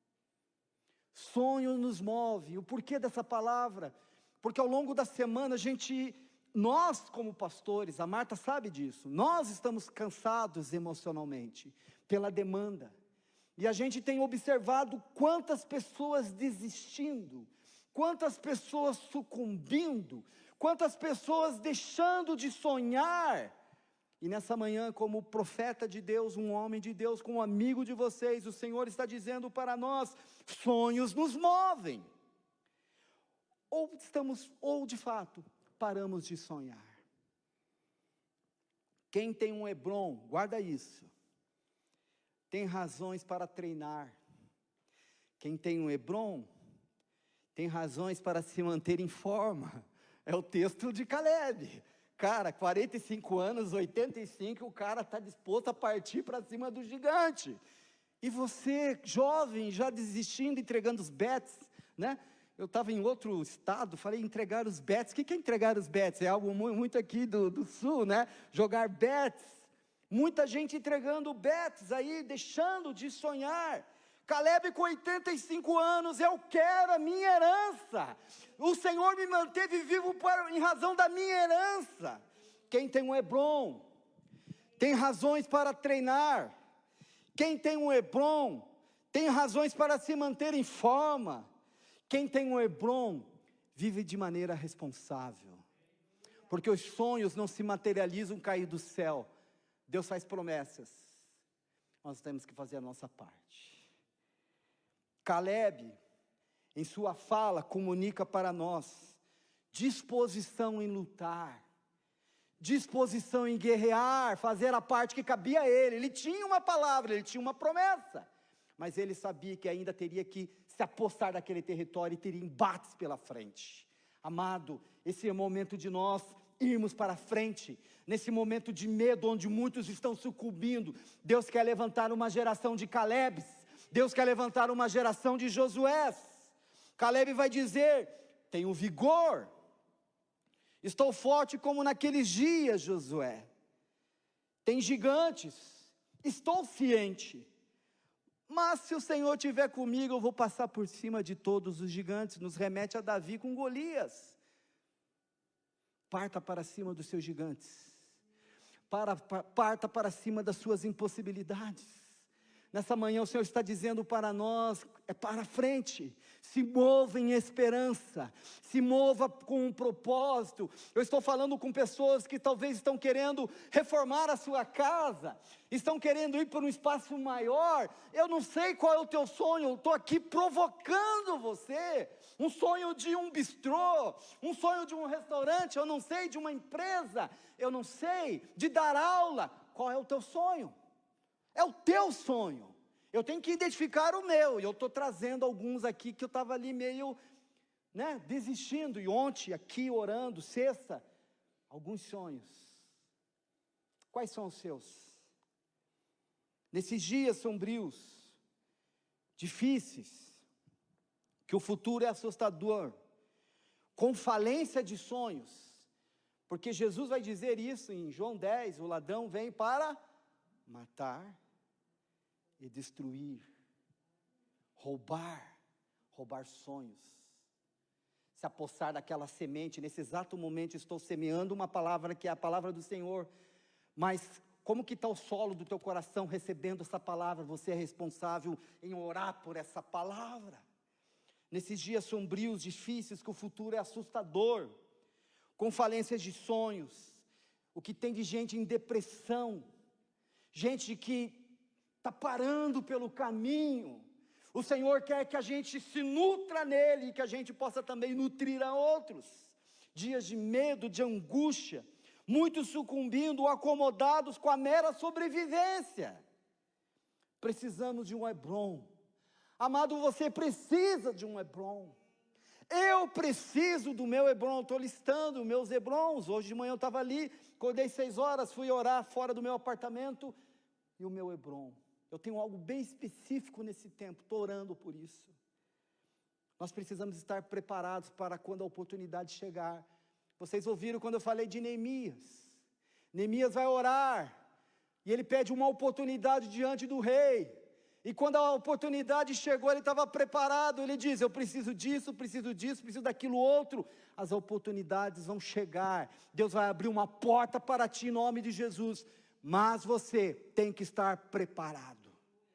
sonhos nos move. O porquê dessa palavra? Porque ao longo da semana a gente, nós como pastores, a Marta sabe disso, nós estamos cansados emocionalmente, pela demanda. E a gente tem observado quantas pessoas desistindo, quantas pessoas sucumbindo, quantas pessoas deixando de sonhar. E nessa manhã, como profeta de Deus, um homem de Deus, como amigo de vocês, o Senhor está dizendo para nós: sonhos nos movem. Ou estamos, ou de fato, paramos de sonhar. Quem tem um Hebron, guarda isso, tem razões para treinar. Quem tem um Hebron, tem razões para se manter em forma. É o texto de Caleb. Cara, quarenta e cinco anos, oitenta e cinco, o cara está disposto a partir para cima do gigante. E você, jovem, já desistindo, entregando os bets, né? Eu estava em outro estado, falei entregar os bets. O que é entregar os bets? É algo muito aqui do, do sul, né? Jogar bets. Muita gente entregando bets aí, deixando de sonhar. Caleb com oitenta e cinco anos, eu quero a minha herança. O Senhor me manteve vivo para, em razão da minha herança. Quem tem um Hebron, tem razões para treinar. Quem tem um Hebron, tem razões para se manter em forma. Quem tem um Hebron, vive de maneira responsável. Porque os sonhos não se materializam cair do céu. Deus faz promessas, nós temos que fazer a nossa parte. Caleb, em sua fala, comunica para nós disposição em lutar, disposição em guerrear, fazer a parte que cabia a ele. Ele tinha uma palavra, ele tinha uma promessa, mas ele sabia que ainda teria que se apossar daquele território e teria embates pela frente. Amado, esse é o momento de nós irmos para frente, nesse momento de medo, onde muitos estão sucumbindo. Deus quer levantar uma geração de Calebes, Deus quer levantar uma geração de Josués. Caleb vai dizer: tenho vigor, Estou forte como naqueles dias, Josué. Tem gigantes, estou ciente. Mas se o Senhor estiver comigo, eu vou passar por cima de todos os gigantes. Nos remete a Davi com Golias. Parta para cima dos seus gigantes. Para, para, parta para cima das suas impossibilidades. Nessa manhã o Senhor está dizendo para nós, é para frente, se mova em esperança, se mova com um propósito. Eu estou falando com pessoas que talvez estão querendo reformar a sua casa, estão querendo ir para um espaço maior. Eu não sei qual é o teu sonho, eu estou aqui provocando você. Um sonho de um bistrô, um sonho de um restaurante, eu não sei, de uma empresa, eu não sei, de dar aula. Qual é o teu sonho? É o teu sonho. Eu tenho que identificar o meu. E eu estou trazendo alguns aqui que eu estava ali meio, né, desistindo. E ontem aqui orando, sexta, alguns sonhos. Quais são os seus? Nesses dias sombrios, difíceis, que o futuro é assustador, com falência de sonhos, porque Jesus vai dizer isso em João dez, o ladrão vem para matar e destruir, roubar, roubar sonhos, se apossar daquela semente. Nesse exato momento estou semeando uma palavra que é a palavra do Senhor, mas como que está o solo do teu coração recebendo essa palavra? Você é responsável em orar por essa palavra. Nesses dias sombrios, difíceis, que o futuro é assustador, com falências de sonhos, o que tem de gente em depressão, gente que está parando pelo caminho. O Senhor quer que a gente se nutra nele, e que a gente possa também nutrir a outros. Dias de medo, de angústia, muitos sucumbindo, acomodados com a mera sobrevivência. Precisamos de um Hebron. Amado, você precisa de um Hebron. Eu preciso do meu Hebron. Estou listando meus Hebrons. Hoje de manhã eu estava ali, acordei seis horas, fui orar fora do meu apartamento, e o meu Hebron. Eu tenho algo bem específico nesse tempo, estou orando por isso. Nós precisamos estar preparados para quando a oportunidade chegar. Vocês ouviram quando eu falei de Neemias. Neemias vai orar, e ele pede uma oportunidade diante do rei. E quando a oportunidade chegou, ele estava preparado. Ele diz, eu preciso disso, preciso disso, preciso daquilo outro. As oportunidades vão chegar. Deus vai abrir uma porta para ti em nome de Jesus. Mas você tem que estar preparado.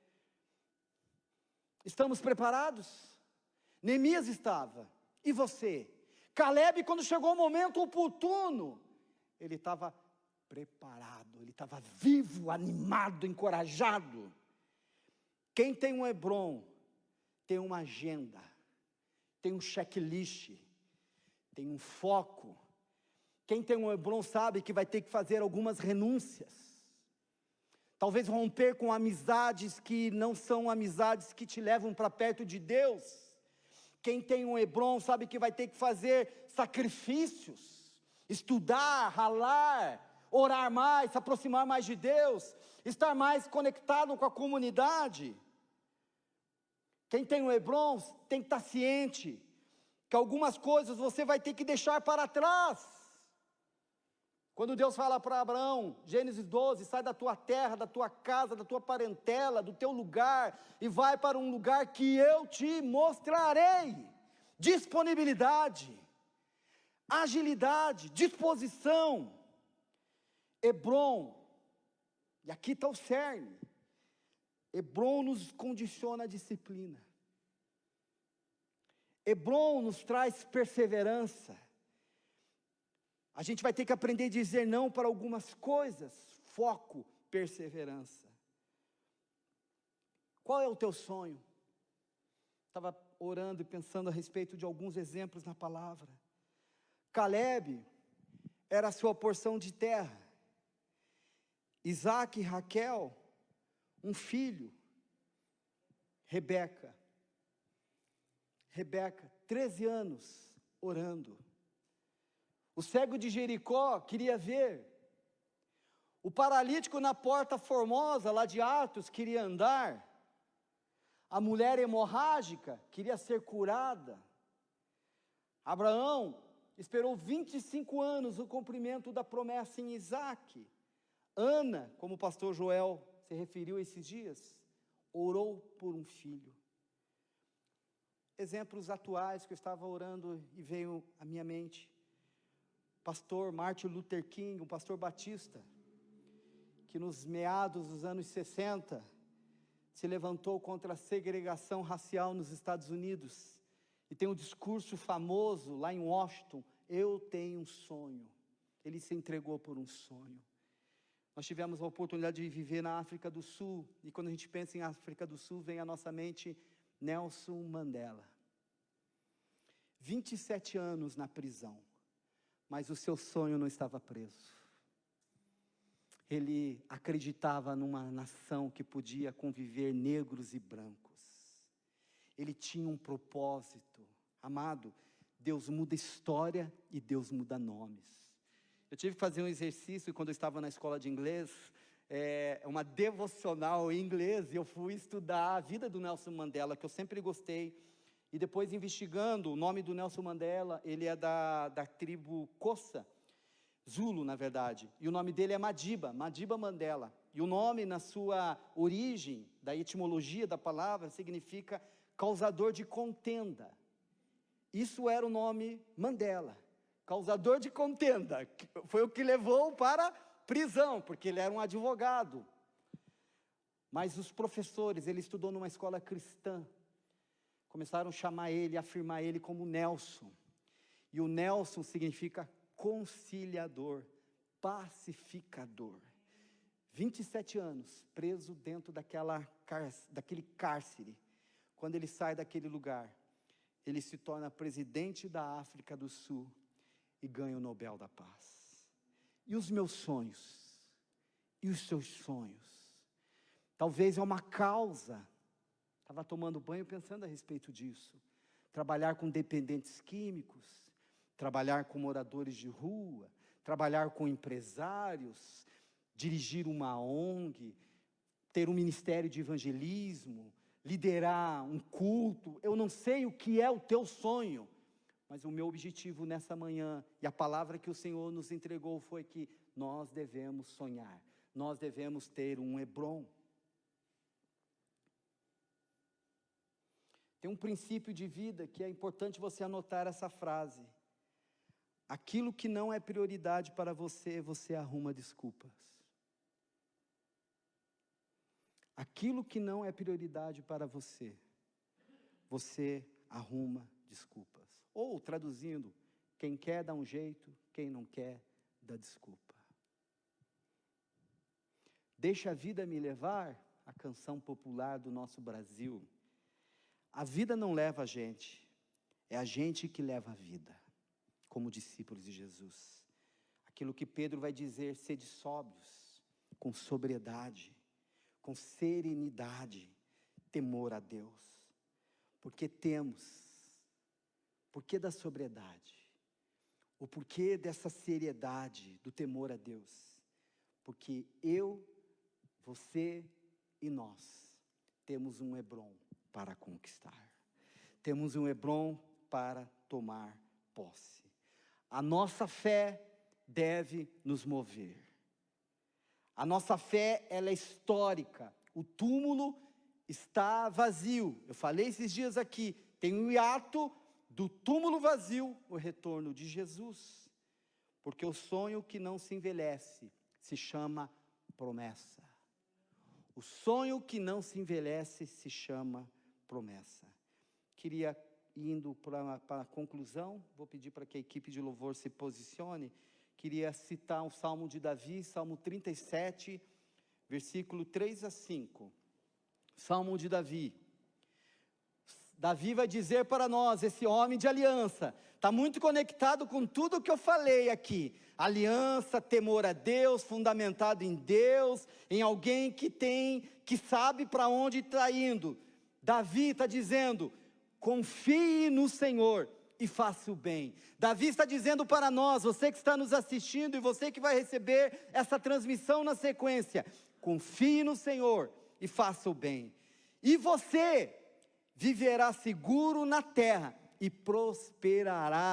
Estamos preparados? Neemias estava. E você? Caleb, quando chegou o momento oportuno, ele estava preparado. Ele estava vivo, animado, encorajado. Quem tem um Hebron, tem uma agenda, tem um checklist, tem um foco. Quem tem um Hebron sabe que vai ter que fazer algumas renúncias. Talvez romper com amizades que não são amizades que te levam para perto de Deus. Quem tem um Hebron sabe que vai ter que fazer sacrifícios, estudar, ralar, orar mais, se aproximar mais de Deus, estar mais conectado com a comunidade. Quem tem um Hebron tem que estar ciente que algumas coisas você vai ter que deixar para trás. Quando Deus fala para Abraão, Gênesis doze, sai da tua terra, da tua casa, da tua parentela, do teu lugar, e vai para um lugar que eu te mostrarei. Disponibilidade, agilidade, disposição. Hebron, e aqui está o cerne, Hebron nos condiciona a disciplina. Hebron nos traz perseverança. A gente vai ter que aprender a dizer não para algumas coisas. Foco, perseverança. Qual é o teu sonho? Estava orando e pensando a respeito de alguns exemplos na palavra. Caleb era a sua porção de terra. Isaac e Raquel, um filho. Rebeca. Rebeca, treze anos, orando. O cego de Jericó queria ver. O paralítico na porta formosa, lá de Atos, queria andar. A mulher hemorrágica queria ser curada. Abraão esperou vinte e cinco anos o cumprimento da promessa em Isaque. Ana, como o pastor Joel se referiu esses dias, orou por um filho. Exemplos atuais que eu estava orando e veio à minha mente. Pastor Martin Luther King, um pastor batista, que nos meados dos anos sessenta, se levantou contra a segregação racial nos Estados Unidos, e tem um discurso famoso lá em Washington: eu tenho um sonho. Ele se entregou por um sonho. Nós tivemos a oportunidade de viver na África do Sul, e quando a gente pensa em África do Sul, vem à nossa mente Nelson Mandela. vinte e sete anos na prisão, mas o seu sonho não estava preso. Ele acreditava numa nação que podia conviver negros e brancos. Ele tinha um propósito. Amado, Deus muda história e Deus muda nomes. Eu tive que fazer um exercício quando eu estava na escola de inglês, é, uma devocional em inglês, e eu fui estudar a vida do Nelson Mandela, que eu sempre gostei. E depois, investigando, o nome do Nelson Mandela, ele é da, da tribo Xhosa, Zulu, na verdade, e o nome dele é Madiba, Madiba Mandela, e o nome, na sua origem, da etimologia da palavra, significa causador de contenda. Isso era o nome Mandela, causador de contenda, foi o que levou para a prisão, porque ele era um advogado. Mas os professores, ele estudou numa escola cristã, começaram a chamar ele, afirmar ele como Nelson, e o Nelson significa conciliador, pacificador. vinte e sete anos, preso dentro daquela, daquele cárcere. Quando ele sai daquele lugar, ele se torna presidente da África do Sul e ganha o Nobel da Paz. E os meus sonhos? E os seus sonhos? Talvez é uma causa. Estava tomando banho pensando a respeito disso. Trabalhar com dependentes químicos, trabalhar com moradores de rua, trabalhar com empresários, dirigir uma O N G, ter um ministério de evangelismo, liderar um culto. Eu não sei o que é o teu sonho, mas o meu objetivo nessa manhã, e a palavra que o Senhor nos entregou foi que nós devemos sonhar, nós devemos ter um Hebron. Tem um princípio de vida que é importante você anotar essa frase: aquilo que não é prioridade para você, você arruma desculpas. Aquilo que não é prioridade para você, você arruma desculpas. Ou, traduzindo, quem quer dá um jeito, quem não quer dá desculpa. Deixa a vida me levar, a canção popular do nosso Brasil. A vida não leva a gente, é a gente que leva a vida, como discípulos de Jesus. Aquilo que Pedro vai dizer: sede sóbrios, com sobriedade, com serenidade, temor a Deus. Porque temos, porquê da sobriedade? O porquê dessa seriedade, do temor a Deus? Porque eu, você e nós temos um Hebron para conquistar. Temos um Hebron para tomar posse. A nossa fé deve nos mover. A nossa fé, ela é histórica. O túmulo está vazio. Eu falei esses dias aqui, tem um hiato do túmulo vazio, o retorno de Jesus. Porque o sonho que não se envelhece se chama promessa. O sonho que não se envelhece se chama promessa. Queria, indo para a conclusão, vou pedir para que a equipe de louvor se posicione. Queria citar um salmo de Davi, Salmo trinta e sete, versículo três a cinco. Salmo de Davi. Davi vai dizer para nós, esse homem de aliança, está muito conectado com tudo que eu falei aqui. Aliança, temor a Deus, fundamentado em Deus, em alguém que tem, que sabe para onde está indo. Davi está dizendo: confie no Senhor e faça o bem. Davi está dizendo para nós, você que está nos assistindo e você que vai receber essa transmissão na sequência: confie no Senhor e faça o bem. E você viverá seguro na terra e prosperará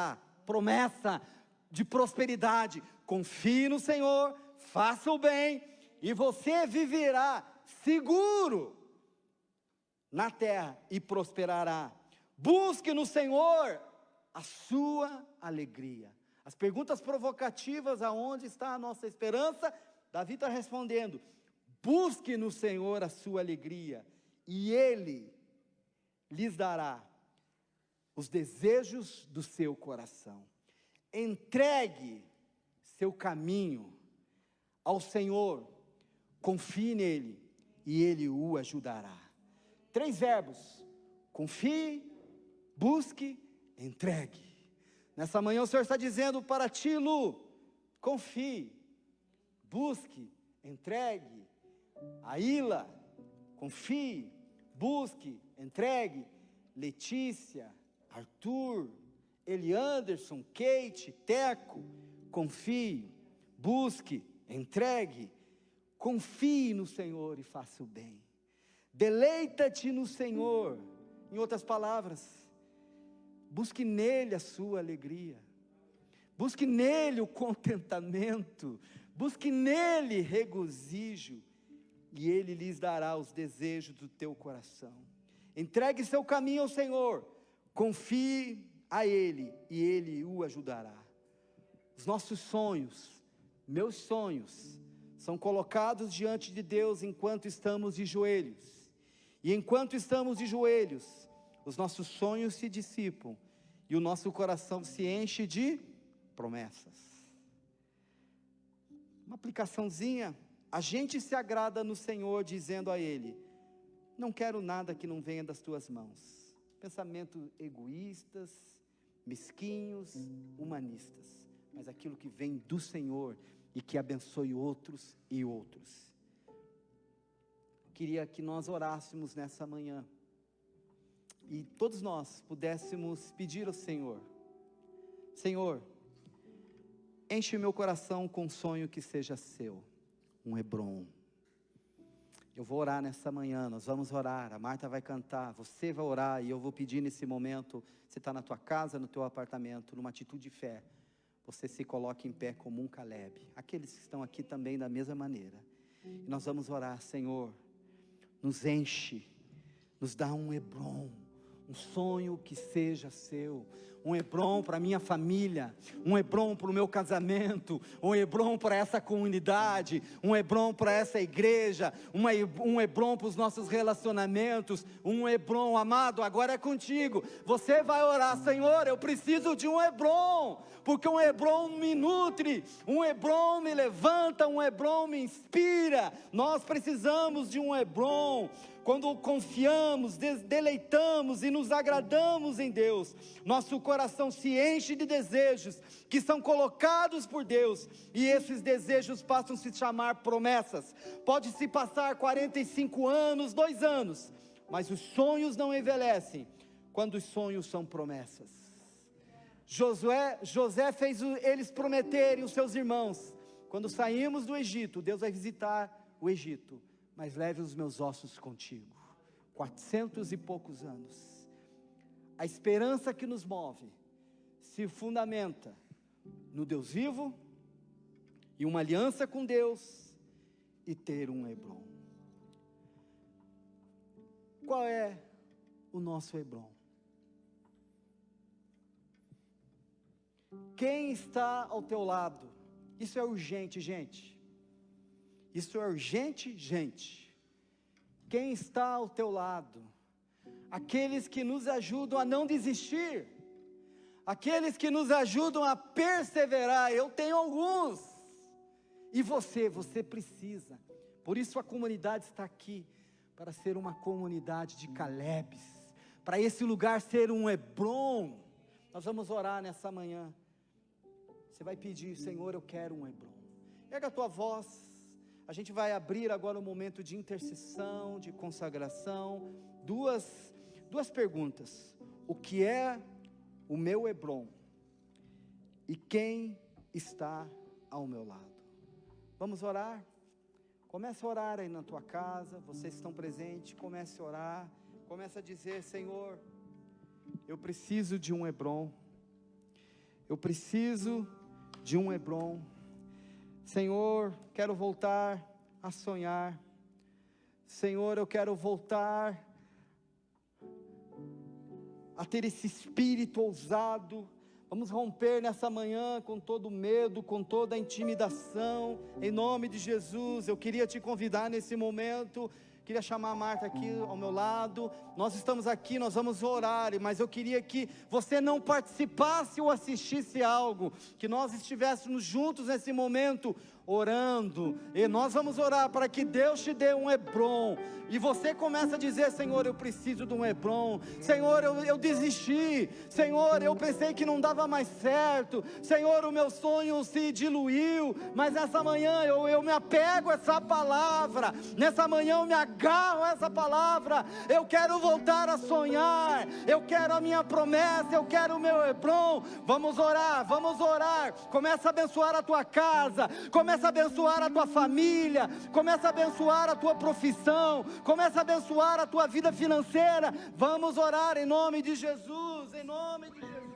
promessa de prosperidade. Confie no Senhor, faça o bem, e você viverá seguro na terra e prosperará. Busque no Senhor a sua alegria. As perguntas provocativas, aonde está a nossa esperança? Davi está respondendo: busque no Senhor a sua alegria, e Ele lhes dará os desejos do seu coração. Entregue seu caminho ao Senhor, confie nele, e Ele o ajudará. Três verbos: confie, busque, entregue. Nessa manhã o Senhor está dizendo para ti, Lu: confie, busque, entregue. Aila: confie, busque, entregue. Letícia, Arthur, Elianderson, Kate, Teco: confie, busque, entregue. Confie no Senhor e faça o bem. Deleita-te no Senhor. Em outras palavras, busque nele a sua alegria, busque nele o contentamento, busque nele regozijo, e ele lhes dará os desejos do teu coração. Entregue seu caminho ao Senhor, confie a Ele, e Ele o ajudará. Os nossos sonhos, meus sonhos, são colocados diante de Deus enquanto estamos de joelhos, e enquanto estamos de joelhos, os nossos sonhos se dissipam, e o nosso coração se enche de promessas. Uma aplicaçãozinha: a gente se agrada no Senhor dizendo a Ele: não quero nada que não venha das tuas mãos. Pensamentos egoístas, mesquinhos, humanistas, mas aquilo que vem do Senhor e que abençoe outros e outros. Queria que nós orássemos nessa manhã, e todos nós pudéssemos pedir ao Senhor: Senhor, enche meu coração com um sonho que seja seu, um Hebrom. Eu vou orar nessa manhã, nós vamos orar, a Marta vai cantar, você vai orar, e eu vou pedir nesse momento, você está na tua casa, no teu apartamento, numa atitude de fé, você se coloque em pé como um Caleb, aqueles que estão aqui também da mesma maneira, e nós vamos orar: Senhor, nos enche, nos dá um Hebrom, um sonho que seja seu, um Hebrom para a minha família, um Hebrom para o meu casamento, um Hebrom para essa comunidade, um Hebrom para essa igreja, uma, um Hebrom para os nossos relacionamentos, um Hebrom, amado, agora é contigo. Você vai orar: Senhor, eu preciso de um Hebrom, porque um Hebrom me nutre, um Hebrom me levanta, um Hebrom me inspira. Nós precisamos de um Hebrom. Quando confiamos, deleitamos e nos agradamos em Deus, nosso coração se enche de desejos que são colocados por Deus, e esses desejos passam a se chamar promessas. Pode se passar quarenta e cinco anos, dois anos, mas os sonhos não envelhecem quando os sonhos são promessas. Josué, José fez eles prometerem os seus irmãos: quando saímos do Egito, Deus vai visitar o Egito, mas leve os meus ossos contigo. Quatrocentos e poucos anos. A esperança que nos move se fundamenta no Deus vivo, e uma aliança com Deus, e ter um Hebrom. Qual é o nosso Hebrom? Quem está ao teu lado? Isso é urgente, gente. Isso é urgente, gente. Quem está ao teu lado? Aqueles que nos ajudam a não desistir, aqueles que nos ajudam a perseverar. Eu tenho alguns, e você, você precisa. Por isso a comunidade está aqui, para ser uma comunidade de Calebes, para esse lugar ser um Hebrom. Nós vamos orar nessa manhã. Você vai pedir: Senhor, eu quero um Hebrom. Pega a tua voz. A gente vai abrir agora um momento de intercessão, de consagração. Duas, duas perguntas: o que é o meu Hebrom? E quem está ao meu lado? Vamos orar? Comece a orar aí na tua casa. Vocês que estão presentes, comece a orar. Comece a dizer: Senhor, eu preciso de um Hebrom. eu preciso de um Hebron. Senhor, quero voltar a sonhar. Senhor, eu quero voltar a ter esse espírito ousado. Vamos romper nessa manhã com todo medo, com toda a intimidação, em nome de Jesus. Eu queria te convidar nesse momento, queria chamar a Marta aqui ao meu lado. Nós estamos aqui, nós vamos orar, mas eu queria que você não participasse ou assistisse algo, que nós estivéssemos juntos nesse momento, orando, e nós vamos orar para que Deus te dê um Hebron, e você começa a dizer: Senhor, eu preciso de um Hebron. Senhor, eu, eu desisti. Senhor, eu pensei que não dava mais certo. Senhor, o meu sonho se diluiu, mas nessa manhã eu, eu me apego a essa palavra, nessa manhã eu me agarro a essa palavra. Eu quero voltar a sonhar, eu quero a minha promessa, eu quero o meu Hebron. Vamos orar, vamos orar. Começa a abençoar a tua casa, começa a abençoar a tua família, começa a abençoar a tua profissão, começa a abençoar a tua vida financeira. Vamos orar em nome de Jesus, em nome de Jesus.